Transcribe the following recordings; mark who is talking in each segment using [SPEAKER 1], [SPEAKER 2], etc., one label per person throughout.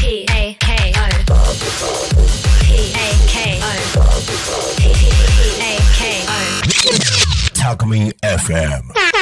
[SPEAKER 1] タコミン FM。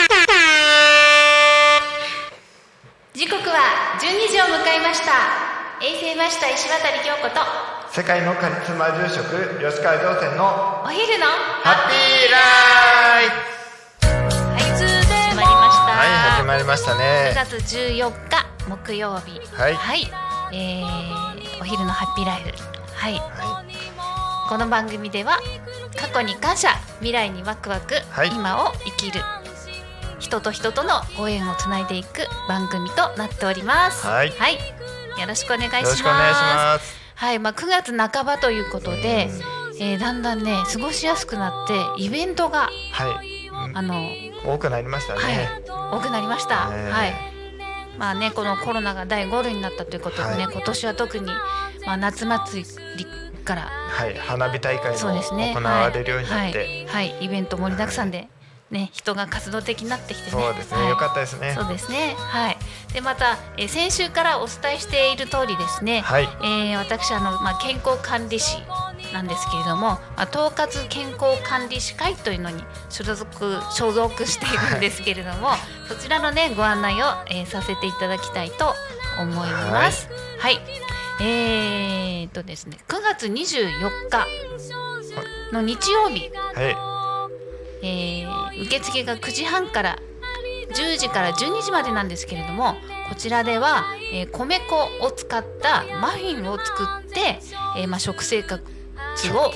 [SPEAKER 2] 時刻は12時を迎えました。衛星マスター石渡京子と
[SPEAKER 3] 世界のカリスマ住職吉川上泉の
[SPEAKER 2] お昼の
[SPEAKER 3] ハッピーライフ。
[SPEAKER 2] はい、始まりました。
[SPEAKER 3] はい、始まりましたね。
[SPEAKER 2] 9月14日木曜日。
[SPEAKER 3] はい、
[SPEAKER 2] はい、お昼のハッピーライフ。はい、
[SPEAKER 3] は
[SPEAKER 2] この番組では過去に感謝、未来にワクワク、
[SPEAKER 3] はい、
[SPEAKER 2] 今を生きる人と人とのご縁をつないでいく番組となっております。
[SPEAKER 3] はい、
[SPEAKER 2] はい、よろしくお願いします。
[SPEAKER 3] よろしくお願いします。
[SPEAKER 2] はい、9月半ばということで、だんだんね過ごしやすくなってイベントが、
[SPEAKER 3] はい、多くなりましたね。
[SPEAKER 2] はい、多くなりました。はい、まあね、このコロナが第5類になったということでね、今年は特に、夏祭りから、
[SPEAKER 3] はい、花火大会も行われるようになって、
[SPEAKER 2] はい、イベント盛りだくさんで、ね、人が活動的になってきてね。
[SPEAKER 3] そうですね、よかったですね。
[SPEAKER 2] そうですね。はい。でまた、先週からお伝えしている通りですね、
[SPEAKER 3] はい、
[SPEAKER 2] 私健康管理士なんですけれども、統括健康管理士会というのに所属しているんですけれども、そちらのねご案内を、させていただきたいと思います。はい、ですね、9月24日の日曜日、
[SPEAKER 3] はい、
[SPEAKER 2] 受付が9時半から10時から12時までなんですけれども、こちらでは、米粉を使ったマフィンを作って、食生活を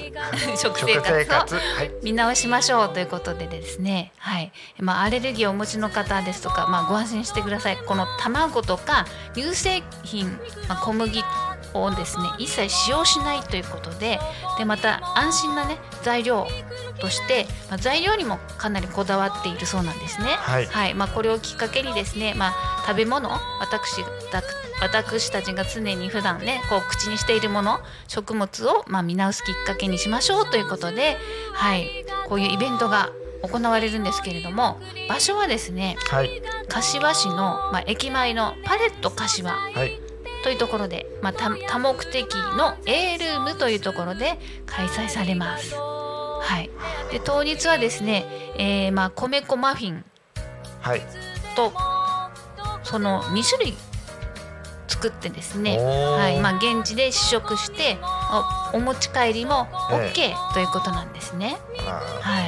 [SPEAKER 2] 見直しましょうということでですね、はい、アレルギーをお持ちの方ですとか、ご安心してください。この卵とか乳製品、小麦をですね一切使用しないということで、また安心なね材料として、材料にもかなりこだわっているそうなんですね。
[SPEAKER 3] はい、
[SPEAKER 2] はい、これをきっかけにですね、食べ物、私たちが常に普段ね口にしているもの、食物を見直すきっかけにしましょうということで、はい、こういうイベントが行われるんですけれども、場所はですね、
[SPEAKER 3] はい、
[SPEAKER 2] 柏市の、駅前のパレット柏、
[SPEAKER 3] はい、
[SPEAKER 2] というところで、多目的の A ルームというところで開催されます。はい、で当日はですね、米粉マフィンと、その2種類作ってですね、はい、現地で試食してお持ち帰りも OK、ということなんですね。はい、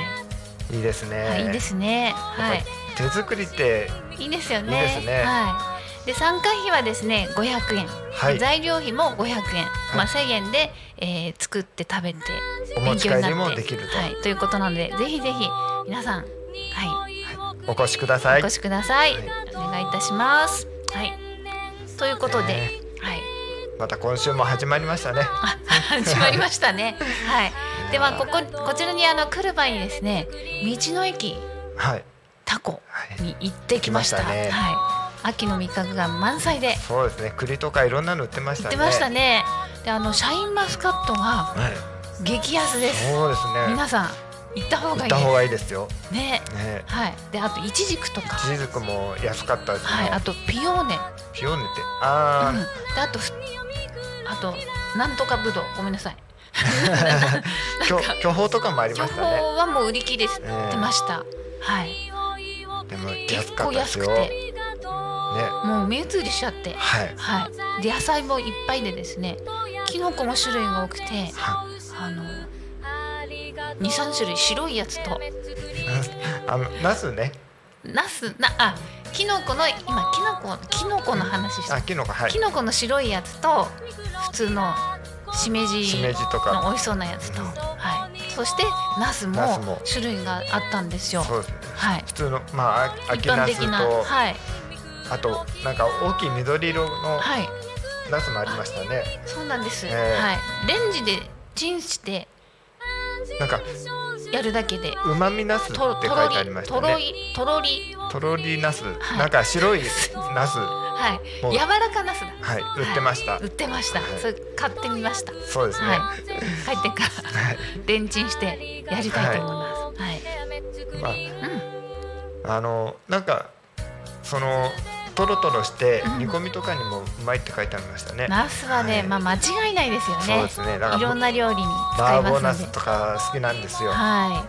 [SPEAKER 3] いいですね。
[SPEAKER 2] はい、いいですね。はい、
[SPEAKER 3] 手作りって
[SPEAKER 2] いいですよね。
[SPEAKER 3] いいですね。
[SPEAKER 2] はい、で参加費はですね500円、
[SPEAKER 3] はい、
[SPEAKER 2] 材料費も500円、1000円で、作って食べて勉強になって
[SPEAKER 3] お持ち帰りもできると、
[SPEAKER 2] はい、ということなので、ぜひぜひ皆さん、はい、
[SPEAKER 3] お越しください。
[SPEAKER 2] お越しください。お願いいたします。はい、ということで、はい、
[SPEAKER 3] また今週も始まりましたね。
[SPEAKER 2] 始まりましたね。はい、でこちらに来る前にですね、道の駅、
[SPEAKER 3] はい、
[SPEAKER 2] タコに行ってきました。
[SPEAKER 3] 来ましたね。
[SPEAKER 2] はい、秋の味覚が満載で、
[SPEAKER 3] そうですね、栗とかいろんなの売ってましたね。
[SPEAKER 2] 売ってましたね。でシャインマスカットが激安です。
[SPEAKER 3] そうですね。
[SPEAKER 2] 皆さん行った方がいいです。
[SPEAKER 3] 行った方がいいですよ。
[SPEAKER 2] ね。はい。であとイチジクとか。
[SPEAKER 3] イチジクも安かったですね。
[SPEAKER 2] はい。あとピオーネ。
[SPEAKER 3] ピオーネってで
[SPEAKER 2] あとなんとかぶどう、ごめんなさい。
[SPEAKER 3] 巨峰とかもありましたね。
[SPEAKER 2] 巨峰はもう売り切れてました。はい。
[SPEAKER 3] でも
[SPEAKER 2] 結構安くて、もう目移りしちゃって、はい、で野菜もいっぱいでですね、キノコも種類が多くて、2、3種類、白いやつと
[SPEAKER 3] ナスね、
[SPEAKER 2] キノコの今キノコの話して、
[SPEAKER 3] キノコ
[SPEAKER 2] の白いやつと普通のしめじ
[SPEAKER 3] とか
[SPEAKER 2] の美味しそうなやつと、はい、そしてナスも種類があったんですよ。
[SPEAKER 3] そうですね。
[SPEAKER 2] はい、
[SPEAKER 3] 普通の秋ナスと、
[SPEAKER 2] はい、
[SPEAKER 3] あとなんか大きい緑色のナスもありましたね。
[SPEAKER 2] そうなんです。はい、レンジでチンして
[SPEAKER 3] なんか
[SPEAKER 2] やるだけで
[SPEAKER 3] うまみナスって書いてありましたね。とろりナス、なんか白いナス、
[SPEAKER 2] はい、柔らかナスだ。
[SPEAKER 3] はい、売ってました。
[SPEAKER 2] 売ってました。それ買ってみました。
[SPEAKER 3] そうですね。
[SPEAKER 2] 帰ってからレンチンしてやりたいと思います。はい。
[SPEAKER 3] なんかそのトロトロして煮込みとかにもうまいって書いてありましたね。
[SPEAKER 2] ナスはね、間違いないですよね。
[SPEAKER 3] そうですね。だから
[SPEAKER 2] いろんな料理に使いますので。
[SPEAKER 3] 麻婆ナスとか好きなんですよ。
[SPEAKER 2] はい。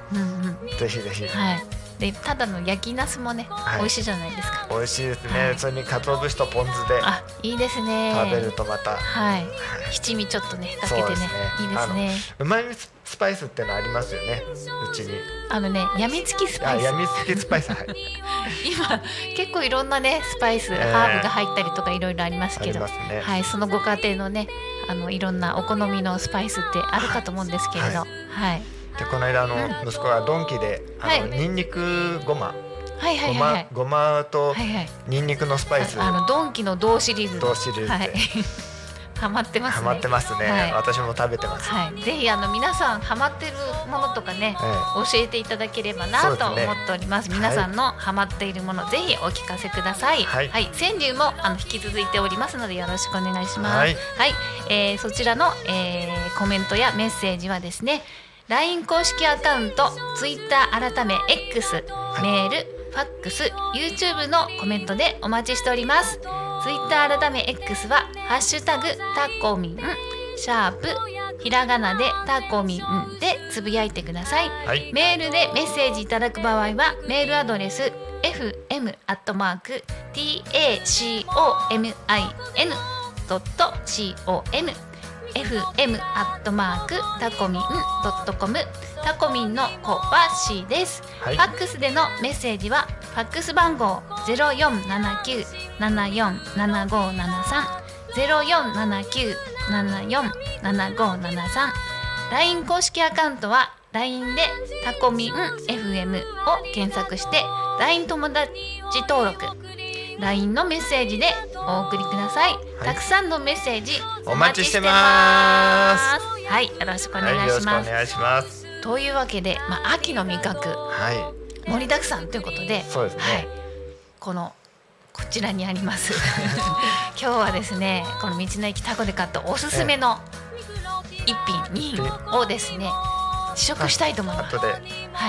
[SPEAKER 3] ぜひぜひ。
[SPEAKER 2] はい。でただの焼きナスもね、美味しいじゃないですか。
[SPEAKER 3] 美味しいですね。それに鰹節とポン酢で、
[SPEAKER 2] いいですね。
[SPEAKER 3] 食べるとまた、
[SPEAKER 2] 七味ちょっとねかけてね、いいですね。
[SPEAKER 3] うまみスパイスってのありますよね、うちに。
[SPEAKER 2] やみつきスパイス。
[SPEAKER 3] やみつきスパイス。
[SPEAKER 2] 今結構いろんなねスパイス、ハーブが入ったりとかいろいろありますけど、そのご家庭のねいろんなお好みのスパイスってあるかと思うんですけれど、
[SPEAKER 3] でこの間息子がドンキでニンニクごま、ごまとニンニクのスパイス、
[SPEAKER 2] ドンキの同シリーズハマってますね。
[SPEAKER 3] ハマってますね。私も食べてます。
[SPEAKER 2] ぜひ皆さんハマってるものとかね、教えていただければなと思っております。皆さんのハマっているものぜひお聞かせください。川柳も引き続いておりますのでよろしくお願いします。そちらのコメントやメッセージはですね、LINE 公式アカウント、Twitter 改め X、メール、ファックス、YouTube のコメントでお待ちしております。Twitter 改め X はハッシュタグタコミン、シャープひらがなでタコミンでつぶやいてください。メールでメッセージいただく場合はメールアドレス fm@tacomin.com fm@tacomin.com タコミンの子は C です。ファックスでのメッセージはファックス番号 0479747573 0479747573 LINE 公式アカウントは LINE でタコミン FM を検索して LINE 友達登録、 LINE のメッセージでお送りください。たくさんのメッセージお待ちしてます。よろしくお願いします。というわけで、秋の味覚、盛りだくさんということで、
[SPEAKER 3] そうですね、
[SPEAKER 2] こちらにあります今日はですね、この道の駅タコで買ったおすすめの一品2品をですね試食したいと思います。
[SPEAKER 3] 後で、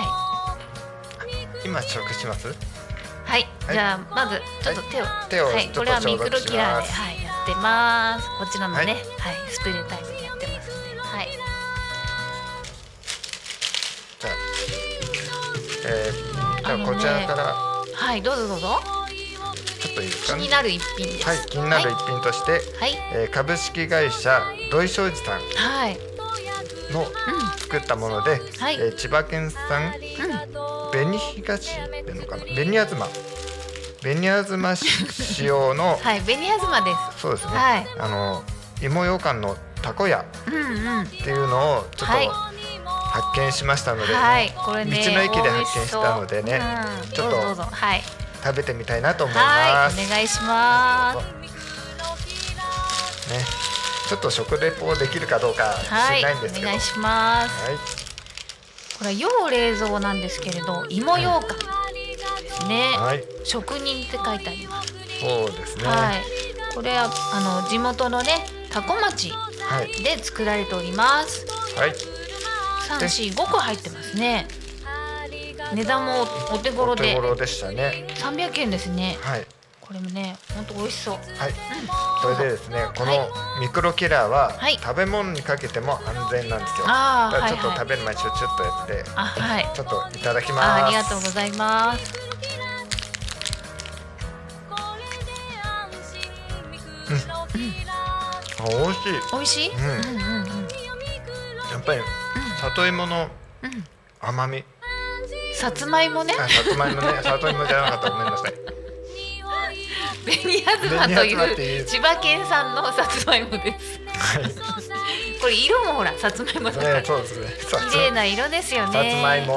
[SPEAKER 3] 今試食します。
[SPEAKER 2] じゃあまずちょっと手を、これはミクロキラーで、やってます。こちらのね、スプレータイプでやってますので、
[SPEAKER 3] じゃあこちらから、
[SPEAKER 2] どうぞどうぞ。
[SPEAKER 3] ちょっといいですかね。
[SPEAKER 2] 気になる一品です。
[SPEAKER 3] 気になる一品として、株式会社土井商事さんの作ったもので、千葉県産紅東っていうのかな、紅あずま使用の
[SPEAKER 2] 紅あずまです。
[SPEAKER 3] そうですね、芋ようかんのたこやっていうのをちょっと発見しましたので、
[SPEAKER 2] これね、
[SPEAKER 3] 道の駅で発見したのでね、ちょっと食べてみたいなと思います。
[SPEAKER 2] お願いします。
[SPEAKER 3] ちょっと食レポできるかどうか知らないんですけど、
[SPEAKER 2] お願いします。これは要冷蔵なんですけれど、芋ようかんですね。職人って書いてあります。
[SPEAKER 3] そうですね。
[SPEAKER 2] これは地元のね多古町で作られております。3、4、5個入ってますね。値段もお手頃で、
[SPEAKER 3] でしたね。
[SPEAKER 2] 300円ですね。これもね、本当美味しそう。
[SPEAKER 3] それでですね、このミクロキラーは食べ物にかけても安全なんですよ。だからちょっと食べる前にちょっとやって、ちょっといただきます。
[SPEAKER 2] ありがとうございます。
[SPEAKER 3] 美味しい。
[SPEAKER 2] 美味しい？
[SPEAKER 3] やっぱり里芋の甘み。
[SPEAKER 2] さつまいもね。
[SPEAKER 3] さつまいもね、里芋じゃなかった、ごめんなさい。
[SPEAKER 2] 紅あずまという千葉県産のさつまいもです。これ色もほらさつまいもだから。
[SPEAKER 3] そうですね。
[SPEAKER 2] 綺麗な色ですよね。
[SPEAKER 3] さつまいも。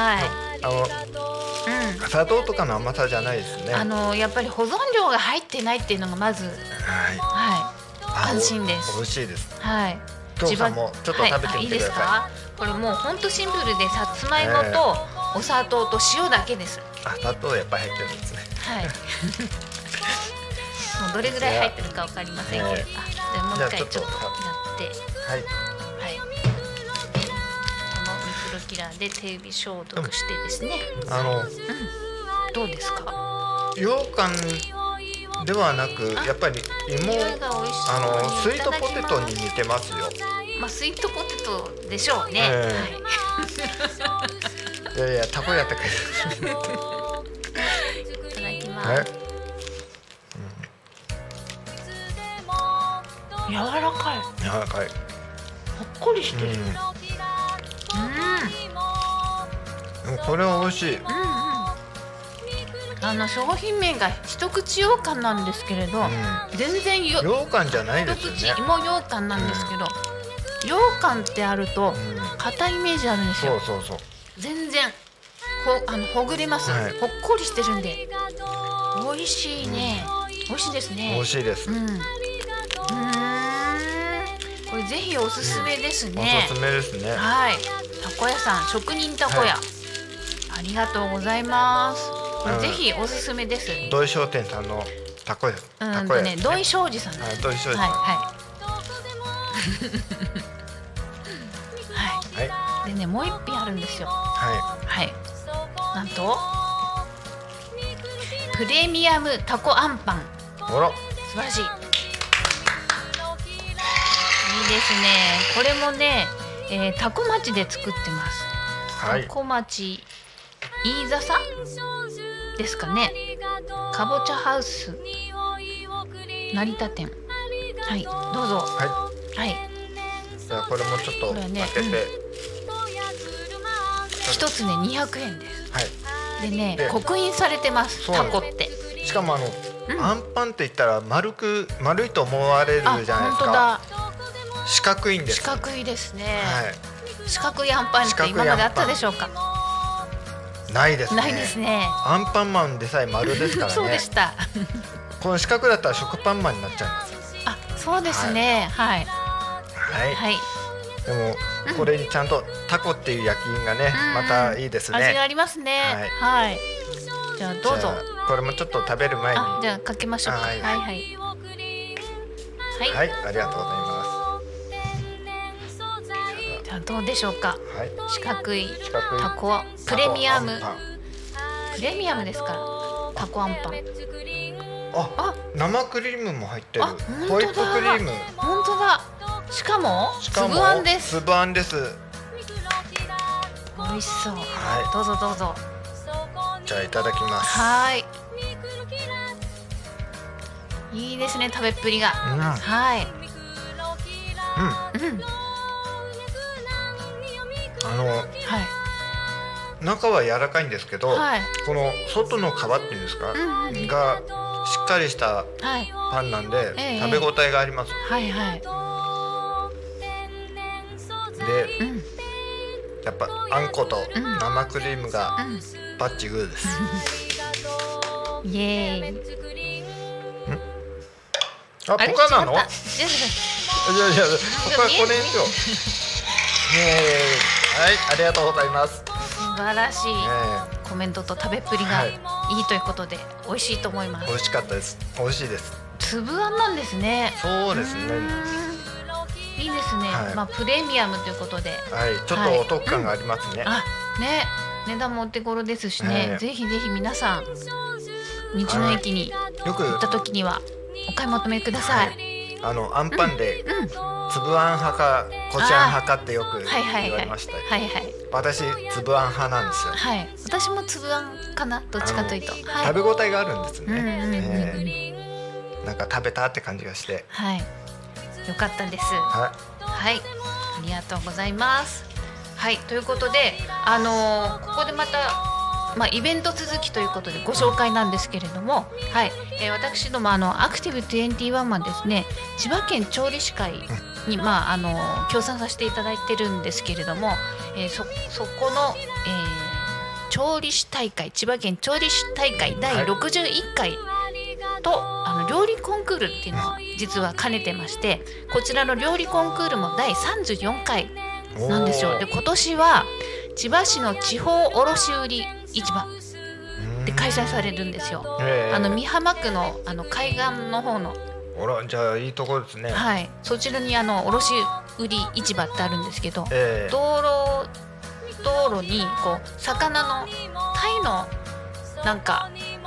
[SPEAKER 3] 砂糖とかの甘さじゃないですね。
[SPEAKER 2] やっぱり保存料が入ってないっていうのがまず安心です。
[SPEAKER 3] 美味しいです。
[SPEAKER 2] 千葉
[SPEAKER 3] もちょっと食べてみてください。
[SPEAKER 2] これもう本当シンプルで、さつまいもとお砂糖と塩だけです。
[SPEAKER 3] 砂糖やっぱり入ってるんですね。
[SPEAKER 2] もうどれぐらい入ってるかわかりませんけど、じゃあもう一回ちょっとやって、このミクロキラーで手指消毒してですね。どうですか？
[SPEAKER 3] 羊羹ではなくやっぱり芋、スイートポテトに似てますよ。
[SPEAKER 2] まあスイートポテトでしょうね。はい、
[SPEAKER 3] いやいや、たこやって書いて
[SPEAKER 2] いただきます。柔らかい。
[SPEAKER 3] 柔らかい。
[SPEAKER 2] ほっこりしてる。
[SPEAKER 3] これは美味しい。
[SPEAKER 2] 商品名が一口羊羹なんですけれど、全然
[SPEAKER 3] 羊羹じゃないですよね。
[SPEAKER 2] 一口芋羊羹なんですけど、羊羹ってあると硬いイメージあるんですよ。
[SPEAKER 3] そうそうそう。
[SPEAKER 2] 全然ほぐれます、ほっこりしてるんで美味しいね、美味しいですね。
[SPEAKER 3] 美味しいです。
[SPEAKER 2] これぜひおすすめですね。
[SPEAKER 3] おすすめですね。
[SPEAKER 2] はい、たこ屋さん、職人たこ屋、ありがとうございます。これぜひおすすめです。
[SPEAKER 3] 土井商店さんのたこ屋。
[SPEAKER 2] 土井商事さんです。
[SPEAKER 3] 土井商事さん。
[SPEAKER 2] でね、もう一品あるんですよ。はい。なんとプレミアムたこあんパン。素晴らしい。いいですね。これもね、たこ町で作ってます。たこ町飯笹ですかね。かぼちゃハウス成田店。はい、どうぞ。はい。
[SPEAKER 3] じゃあこれもちょっと開けて。
[SPEAKER 2] 一つね200円です。でね、刻印されてます。タコって。
[SPEAKER 3] しかもあんパンって言ったら丸いと思われるじゃないですか。
[SPEAKER 2] 本当だ。
[SPEAKER 3] 四角いんです。
[SPEAKER 2] 四角いですね。四角いあんパンって今まであったでしょうか。
[SPEAKER 3] ないですね。
[SPEAKER 2] ないですね。
[SPEAKER 3] アンパンマンでさえ丸ですからね。
[SPEAKER 2] そうでした。
[SPEAKER 3] この四角だったら食パンマンになっちゃいます。
[SPEAKER 2] そうですね。はい。
[SPEAKER 3] でもこれにちゃんとタコっていう焼き印がね、またいいですね。
[SPEAKER 2] 味がありますね。はい。じゃあどうぞ。
[SPEAKER 3] これもちょっと食べる前に。
[SPEAKER 2] じゃあかけましょうか。はい。
[SPEAKER 3] はい、ありがとうございます。
[SPEAKER 2] じゃあどうでしょうか。四角いタコプレミアムですから。タコあんパン。
[SPEAKER 3] 生クリームも入ってる。ホイップクリーム。
[SPEAKER 2] 本当だ。しかも粒あんです。
[SPEAKER 3] 粒あんです。
[SPEAKER 2] 美味しそう。どうぞどうぞ。
[SPEAKER 3] じゃあいただきます。
[SPEAKER 2] はい。いいですね、食べっぷりが。はい。
[SPEAKER 3] 中は柔らかいんですけど、この外の皮っていうんですか、がしっかりしたパンなんで食べ応えがあります。で、やっぱあんこと生クリームがバッチグーです。
[SPEAKER 2] イエーイ。
[SPEAKER 3] ポカなの？いや、ポカこれですよ。はい、ありがとうございます。
[SPEAKER 2] 素晴らしいコメントと食べっぷりがいいということで美味しいと思います。
[SPEAKER 3] 美味しかったです。美味しいです。
[SPEAKER 2] 粒あんなんですね。
[SPEAKER 3] そうですね。
[SPEAKER 2] いいですね。プレミアムということで、
[SPEAKER 3] ちょっとお得感がありますね。
[SPEAKER 2] 値段もお手頃ですしね。ぜひぜひ皆さん道の駅に行った時にはお買い求めください。
[SPEAKER 3] あんパンで粒あん派かこしあん派かってよく言われました。私粒あん派なんですよ。
[SPEAKER 2] 私も粒あんかな、どっちかというと。
[SPEAKER 3] 食べ応えがあるんですね。なんか食べたって感じがして。
[SPEAKER 2] よかったです。ありがとうございます。ということで、ここでまたイベント続きということでご紹介なんですけれども、私どもアクティブ21はですね、千葉県調理師会に協賛させていただいてるんですけれども、そこの、調理師大会、千葉県調理師大会第61回と料理コンクールっていうのを実は兼ねてまして、こちらの料理コンクールも第34回なんですよ。で、今年は千葉市の地方卸売市場で開催されるんですよ。美浜区の海岸の方の。
[SPEAKER 3] じゃあいいところですね。
[SPEAKER 2] そちらに卸売市場ってあるんですけど、道路にこう魚のタイのなんか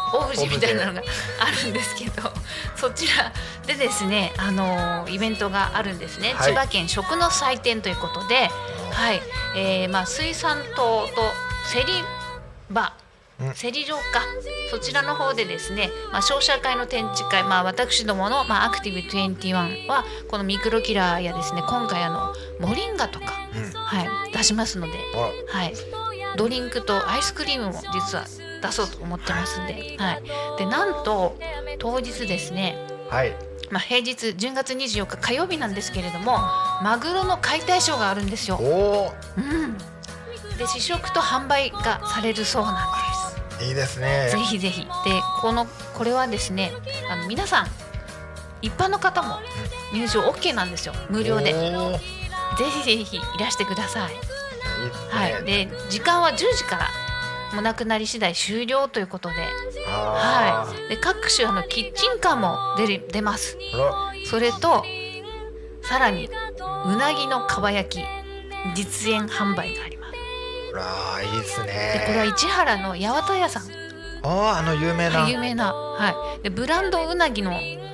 [SPEAKER 2] オブジェみたいなのがあるんですけど、そちらでですね、イベントがあるんですね、千葉県食の祭典ということで、はい、水産棟と競り場、競り場か、そちらの方でですね、商社会の展示会、私どもの、アクティブ21はこのミクロキラーやですね、今回モリンガとか、出しますので、ドリンクとアイスクリームも実は出そうと思ってますんで、でなんと当日ですね、平日10月24日火曜日なんですけれども、マグロの解体ショーがあるんですよ。で試食と販売がされるそうなんです。
[SPEAKER 3] いいですね。
[SPEAKER 2] ぜひぜひ。でこれはですね、皆さん一般の方も入場 OK なんですよ、無料で。ぜひぜひいらしてください。で時間は10時からもうなくなり次第終了ということで、で各種キッチンカーも出ます。それとさらにうなぎのかば焼き実演販売があります。
[SPEAKER 3] いいですね。
[SPEAKER 2] でこれは市原の八幡屋さん、
[SPEAKER 3] 有名な、
[SPEAKER 2] でブランドうなぎの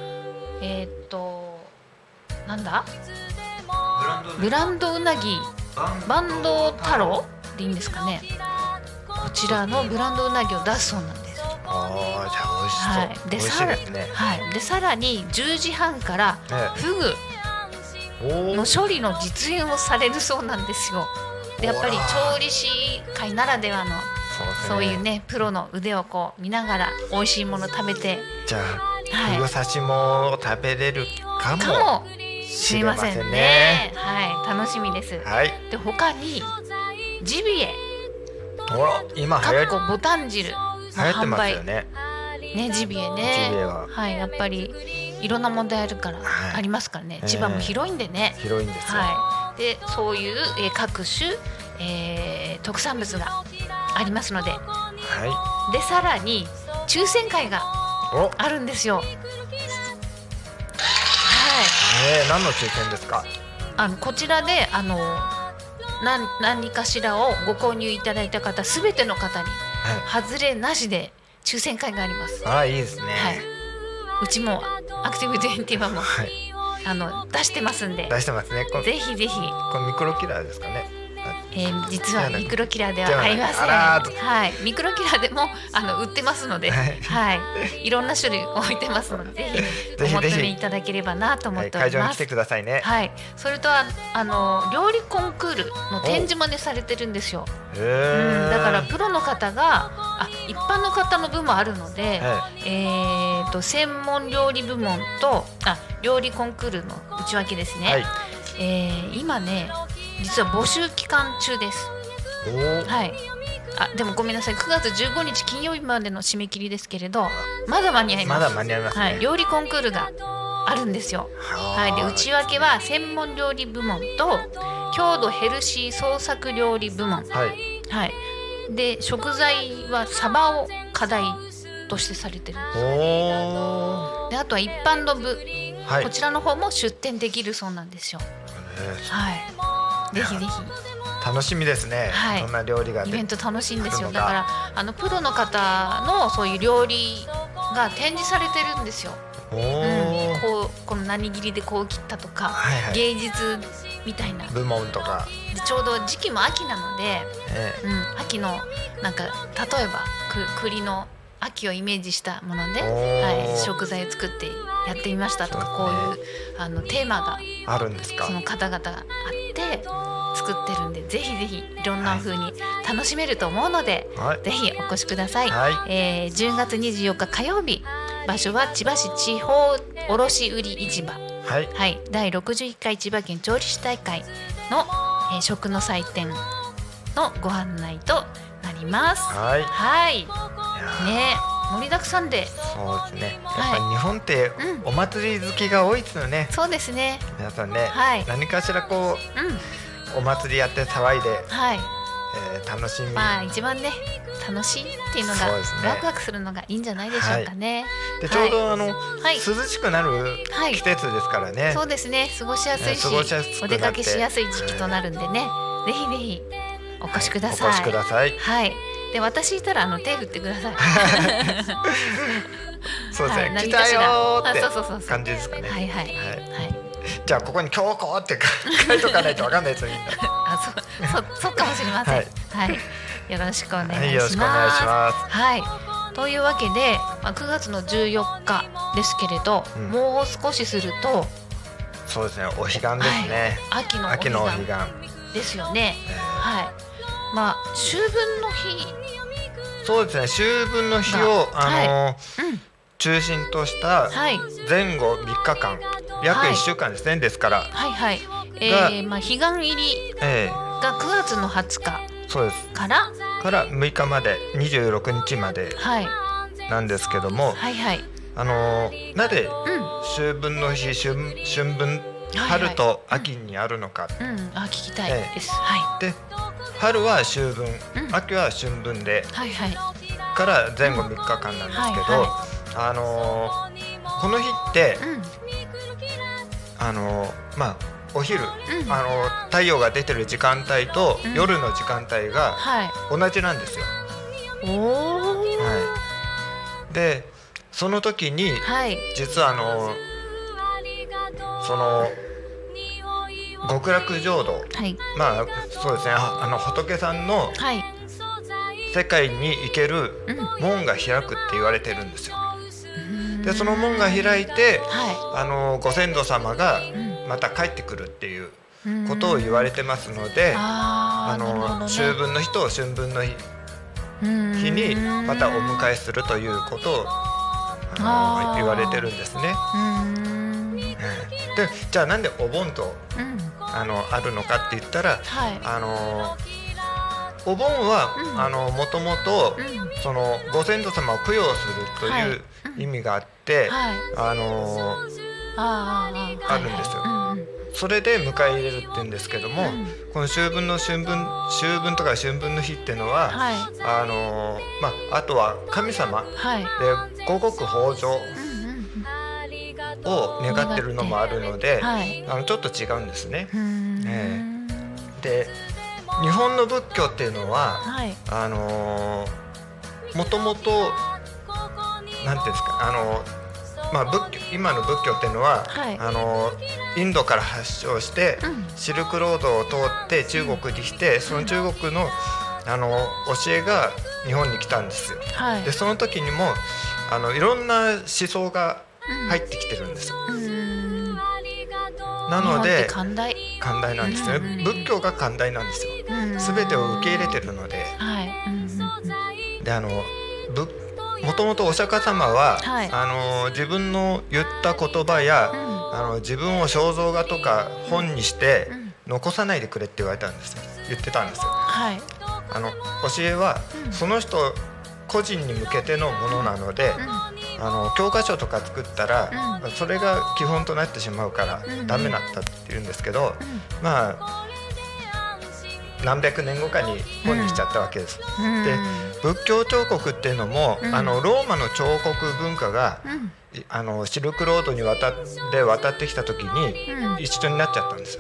[SPEAKER 2] なんだブランドうなぎバンド太郎でいいんですかね。こちらのブランドうなぎを出すそうなんです。
[SPEAKER 3] じゃあ美味しそう。美味しいですね。
[SPEAKER 2] でさらに10時半からフグの処理の実演をされるそうなんですよ。でやっぱり調理師会ならではのそういうね、プロの腕を見ながら美味しいもの食べて、
[SPEAKER 3] じゃあフグ刺しも食べれるかもしれませんね。
[SPEAKER 2] 楽しみです。で他にジビエ、
[SPEAKER 3] 今
[SPEAKER 2] かっこボタン汁の販売
[SPEAKER 3] ね、
[SPEAKER 2] ジビエね。やっぱりいろんな問題ありますからね、千葉も広いんでね。
[SPEAKER 3] 広いんですよ。
[SPEAKER 2] でそういう、各種、特産物がありますので、でさらに抽選会があるんですよ。
[SPEAKER 3] 何の抽選ですか？
[SPEAKER 2] こちらで何かしらをご購入いただいた方すべての方に、外れなしで抽選会があります。
[SPEAKER 3] いいですね。
[SPEAKER 2] うちもアクティブ21も、出してますんで。
[SPEAKER 3] 出してますね。
[SPEAKER 2] ぜひぜひ。
[SPEAKER 3] これミクロキラーですかね。
[SPEAKER 2] 実はミクロキラーではありません。ミクロキラーでも売ってますので、いろんな種類置いてますので、ぜひお求めいただければなと思っております。
[SPEAKER 3] 会場に来てくださいね。
[SPEAKER 2] それと料理コンクールの展示もねされてるんですよ。だからプロの方が一般の方の分もあるので、専門料理部門と料理コンクールの内訳ですね。今ね実は募集期間中です。でもごめんなさい、9月15日金曜日までの締め切りですけれど、まだ間に合います。
[SPEAKER 3] まだ間に合いますね。
[SPEAKER 2] 料理コンクールがあるんですよ。で内訳は専門料理部門と郷土ヘルシー創作料理部門、で食材はサバを課題としてされてるんです。であとは一般の部、こちらの方も出展できるそうなんですよ。ぜひぜひ。
[SPEAKER 3] 楽しみですね。そんな料理が
[SPEAKER 2] イベント楽しいんですよ。だからプロの方のそういう料理が展示されてるんですよ。この何切りでこう切ったとか、芸術みたいな
[SPEAKER 3] 部門とか
[SPEAKER 2] で、ちょうど時期も秋なので、秋のなんか例えば栗の秋をイメージしたもので、食材を作ってやってみましたとか、こういうテーマが
[SPEAKER 3] あるんですか。
[SPEAKER 2] その方々があって作ってるんで、ぜひぜひいろんな風に楽しめると思うので、ぜひお越しください。10月24日火曜日、場所は千葉市地方卸売市場、第61回千葉県調理師大会の、食の祭典のご案内となります。ね、盛りだくさんで。
[SPEAKER 3] そうですね。やっぱり日本ってお祭り好きが多いですよね。
[SPEAKER 2] そうですね。
[SPEAKER 3] 皆さんね、何かしらお祭りやって騒いで、楽しみ。
[SPEAKER 2] 一番ね楽しいっていうのが、ワクワクするのがいいんじゃないでしょうかね。
[SPEAKER 3] でちょうど涼しくなる季節ですからね。
[SPEAKER 2] そうですね。過ごしやすいし、お出かけしやすい時期となるんでね。ぜひぜひお越しください。 で私いたら手振ってください。
[SPEAKER 3] そうですね、
[SPEAKER 2] はい、
[SPEAKER 3] 来たよーって
[SPEAKER 2] そう
[SPEAKER 3] 感じですかね。
[SPEAKER 2] はいはいはい。
[SPEAKER 3] じゃあここに強行って書いとかないとわかんないですよみんな。
[SPEAKER 2] そうかもしれません。はい、はい、よろしくお願いします。はい、よろしくお願いします。はい。というわけで、9月の14日ですけれど、もう少しすると、
[SPEAKER 3] そうですね、お彼岸ですね。
[SPEAKER 2] 秋のお彼岸ですよね。はい。秋分の日。そうですね、秋分の日を中心とした前後3日間、約1週間ですね。ですから。はいはい。彼岸入りが9月の20日から6日まで26日までなんですけども、はいはい、なぜ秋分の日、春分、春と秋にあるのか、聞きたいです。で、春は秋分、秋は春分で、から前後3日間なんですけど、この日って、お昼、太陽が出てる時間帯と夜の時間帯が同じなんですよ。で、その時に、実はその極楽浄土、そうですね、仏さんの世界に行ける門が開くって言われてるんですよ。で、その門が開いて、ご先祖様がまた帰ってくるっていうことを言われてますので、秋分の日と春分の日にまたお迎えするということを言われてるんですね。で、じゃあなんでお盆とあるのかって言ったら、お盆はもともとそのご先祖様を供養するという意味があって、あるんですよ。それで迎え入れるって言うんですけども、この秋分とか春分の日っていうのは、あとは神様で五穀豊穣を願ってるのもあるので、ちょっと違うんですね。で、日本の仏教っていうのは、もともとなんていうんですか、今の仏教っていうのは、インドから発祥して、シルクロードを通って中国に来て、その中国の教えが日本に来たんですよ。で、その時にもいろんな思想が入ってきてるんですよ。なので寛大なんですね。仏教が寛大なんですよ。全てを受け入れてるので。で、もともとお釈迦様は、自分の言った言葉や、自分を肖像画とか本にして残さないでくれって言ってたんですよ。教えはその人個人に向けてのものなので、教科書とか作ったら、それが基本となってしまうからダメだったって言うんですけど、何百年後かに本にしちゃったわけです。で、仏教彫刻っていうのも、ローマの彫刻文化が、シルクロードに渡ってきた時に一緒になっちゃったんですよ。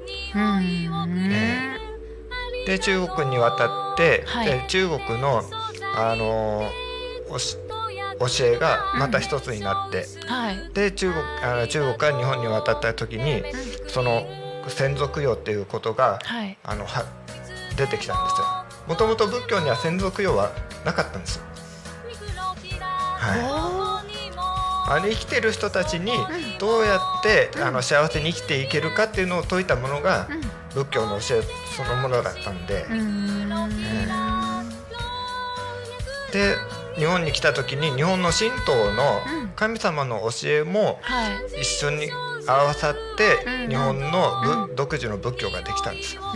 [SPEAKER 2] で、中国に渡って、で中国の、教えがまた一つになって、で中国から日本に渡った時に、その先祖供養っていうことが、出てきたんですよ。もともと仏教には先祖供養はなかったんですよ。生きてる人たちにどうやって、幸せに生きていけるかっていうのを説いたものが、仏教の教えそのものだったんで、で日本に来た時に日本の神道の神様の教えも一緒に合わさって日本の独自の仏教ができたんですよ。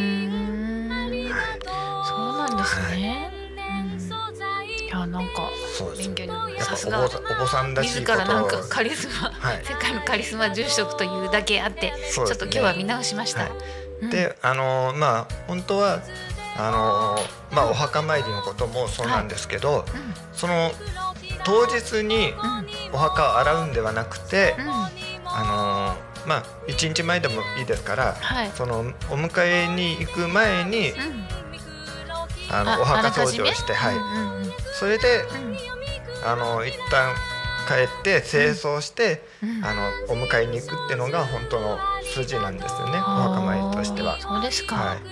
[SPEAKER 2] そうなんですね。いや、なんか勉強になります。さすがお
[SPEAKER 3] 坊さんらしいことを
[SPEAKER 2] 自らなんかカリスマ、世界のカリスマ住職というだけあって、ちょっと今日は見直しました。
[SPEAKER 3] で、本当はお墓参りのこともそうなんですけど、その当日にお墓を洗うんではなくて、1日前でもいいですから、そのお迎えに行く前に、 お墓掃除をして、はい、それで、一旦帰って清掃して、お迎えに行くっていうのが本当の筋なんですよね、お墓参りとしては。
[SPEAKER 2] そうですか、
[SPEAKER 3] はい、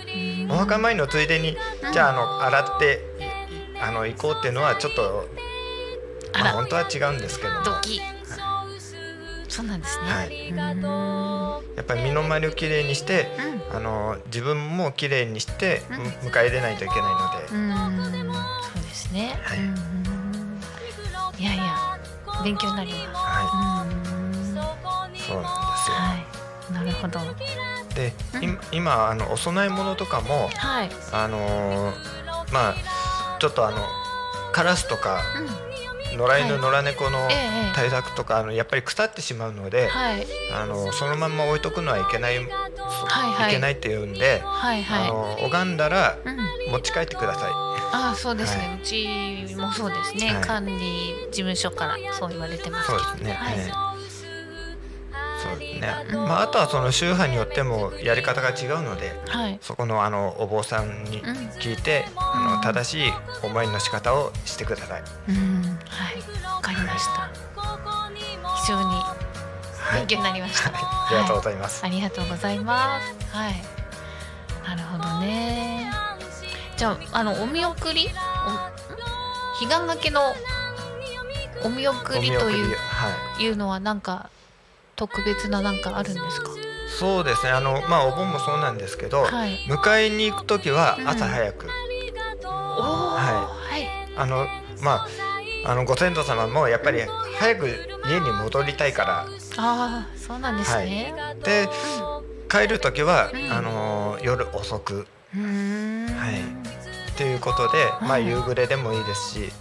[SPEAKER 3] お墓参りのついでに、じゃあ洗って行こうっていうのはちょっと、本当は違うんですけども、
[SPEAKER 2] そうなんですね、
[SPEAKER 3] はい、やっぱり身の回りをきれいにして、自分もきれいにして迎え入れないといけないので、
[SPEAKER 2] そうですね、
[SPEAKER 3] はい、
[SPEAKER 2] いやいや勉強になります。
[SPEAKER 3] はい、そうなんですよ。
[SPEAKER 2] はい、なるほど。
[SPEAKER 3] で、今お供え物とかも、
[SPEAKER 2] はい、
[SPEAKER 3] ちょっとカラスとか、野良犬、野良猫の対策とか、やっぱり腐ってしまうので、そのまま置いとくのはいけない、いけないっていうんで、拝んだら持ち帰ってください。
[SPEAKER 2] そうですね、うちもそうですね、管理事務所からそう言われてますけど。
[SPEAKER 3] そうですね、そうですね。あとはその宗派によってもやり方が違うので、そこのお坊さんに聞いて、正しいお参りの仕方をしてください。
[SPEAKER 2] はい、わかりました。非常に勉強になりました。
[SPEAKER 3] ありがとうございます。
[SPEAKER 2] ありがとうございます。はい、なるほどね。じゃあお見送り、彼岸掛けのお見送りというのはなんか特別ななんかあるんですか？
[SPEAKER 3] そうですね、お盆もそうなんですけど、迎えに行くときは朝早く、ご先祖様もやっぱり早く家に戻りたいから、
[SPEAKER 2] そうなんですね。
[SPEAKER 3] で、帰るときは夜遅く、ということで、夕暮れでもいいですし、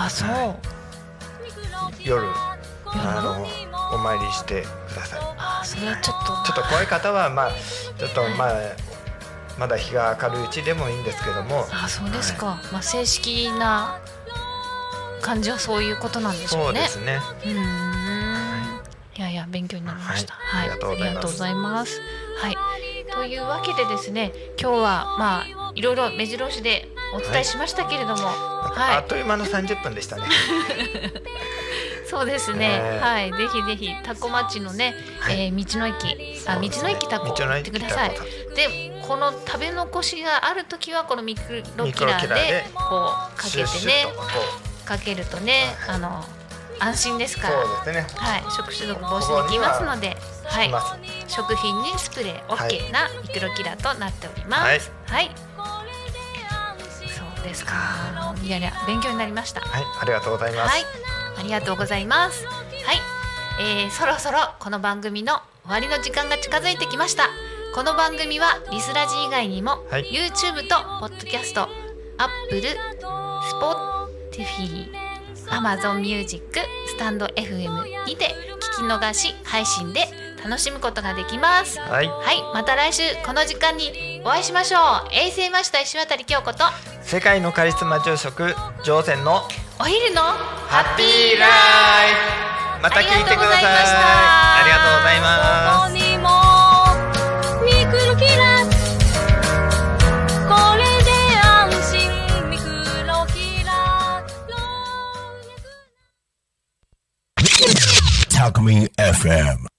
[SPEAKER 3] 夜お参りしてください。
[SPEAKER 2] それはちょっと
[SPEAKER 3] 怖い方はちょっとまだ日が明るいうちでもいいんですけども。
[SPEAKER 2] そうですか。正式な感じはそういうことなんでしょうね。
[SPEAKER 3] そうですね。
[SPEAKER 2] いやいや勉強になりました。
[SPEAKER 3] ありがとうございます。
[SPEAKER 2] はい。というわけでですね、今日はいろいろ目白押しでお伝えしましたけれども、
[SPEAKER 3] あっという間の30分でしたね。
[SPEAKER 2] そうですね、ぜひぜひ多古町のね、道の駅、道の駅タコ行ってください。で、この食べ残しがあるときはこのミクロキラーでこうかけてね、かけるとね、安心ですから。
[SPEAKER 3] そうですね。
[SPEAKER 2] 食中毒防止できますので、食品にスプレー OK なミクロキラーとなっております。そうですか。いやいや勉強になりました。
[SPEAKER 3] ありがとうございます。
[SPEAKER 2] ありがとうございます。そろそろこの番組の終わりの時間が近づいてきました。この番組はリスラジ以外にも、YouTube と Podcast、Apple、Spotify、Amazon Music、スタンド FM にて聞き逃し配信で楽しむことができます。また来週この時間にお会いしましょう。衛星マスター石渡京子と
[SPEAKER 3] 世界のカリスマ住職上仙の
[SPEAKER 2] お昼の
[SPEAKER 3] ハッピーライフ、また聞いてください。ありがとうございます。
[SPEAKER 4] ミクロキラこれで安心ミクロキラ
[SPEAKER 1] タコミン FM